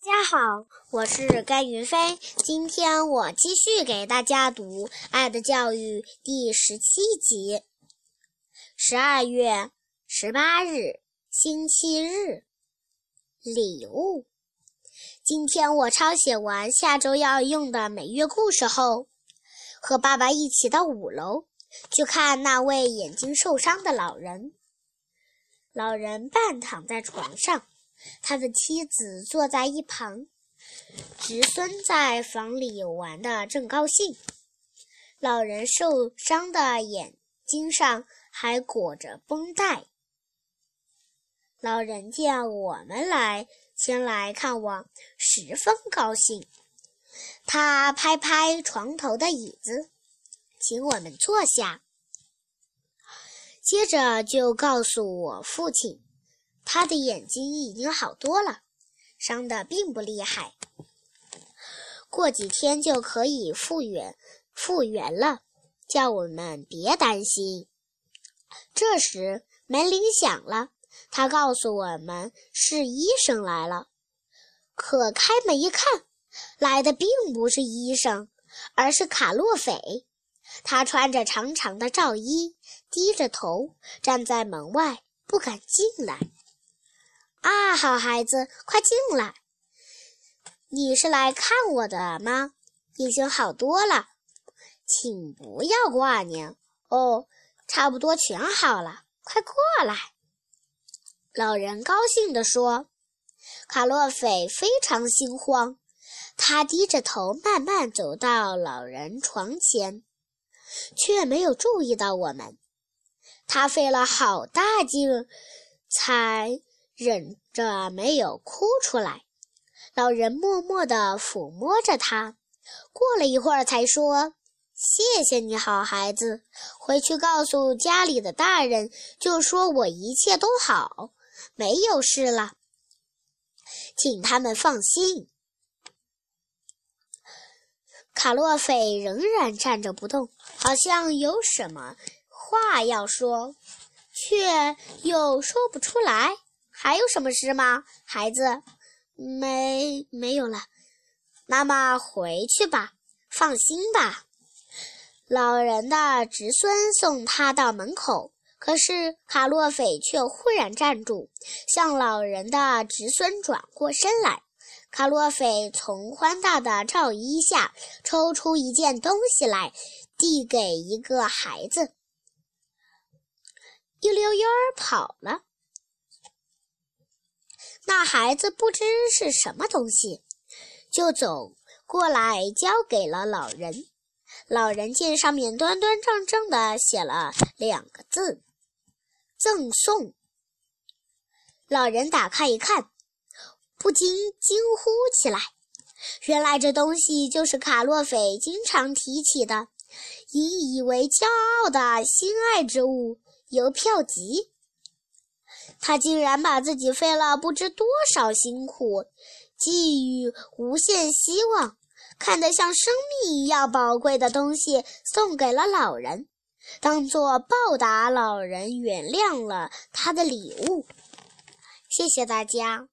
大家好，我是甘云飞。今天我继续给大家读《爱的教育》第17集。12月18日，星期日，礼物。今天我抄写完下周要用的每月故事后，和爸爸一起到5楼去看那位眼睛受伤的老人。老人半躺在床上，他的妻子坐在一旁，侄孙在房里玩得正高兴。老人受伤的眼睛上还裹着绷带。老人见我们先来看望，十分高兴。他拍拍床头的椅子，请我们坐下。接着就告诉我父亲，他的眼睛已经好多了，伤得并不厉害，过几天就可以复原了，叫我们别担心。这时门铃响了，他告诉我们是医生来了。可开门一看，来的并不是医生，而是卡洛斐。他穿着长长的罩衣，低着头站在门外，不敢进来。啊，好孩子，快进来！你是来看我的吗？已经好多了，请不要挂念哦，差不多全好了，快过来。老人高兴地说。卡洛斐非常心慌，他低着头慢慢走到老人床前，却没有注意到我们。他费了好大劲才忍着没有哭出来。老人默默地抚摸着他，过了一会儿才说：谢谢你好孩子，回去告诉家里的大人，就说我一切都好，没有事了，请他们放心。卡洛斐仍然站着不动，好像有什么话要说，却又说不出来。还有什么事吗，孩子？没有了。那么回去吧，放心吧。老人的侄孙送他到门口，可是卡洛斐却忽然站住，向老人的侄孙转过身来。卡洛斐从宽大的罩衣下抽出一件东西来，递给一个孩子，一溜烟儿跑了。那孩子不知是什么东西，就走过来交给了老人。老人见上面端端正正地写了2个字：赠送。老人打开一看，不禁惊呼起来。原来这东西就是卡洛斐经常提起的，引以为骄傲的心爱之物——邮票集。他竟然把自己费了不知多少辛苦，寄予无限希望，看得像生命一样宝贵的东西送给了老人，当作报答老人原谅了他的礼物。谢谢大家。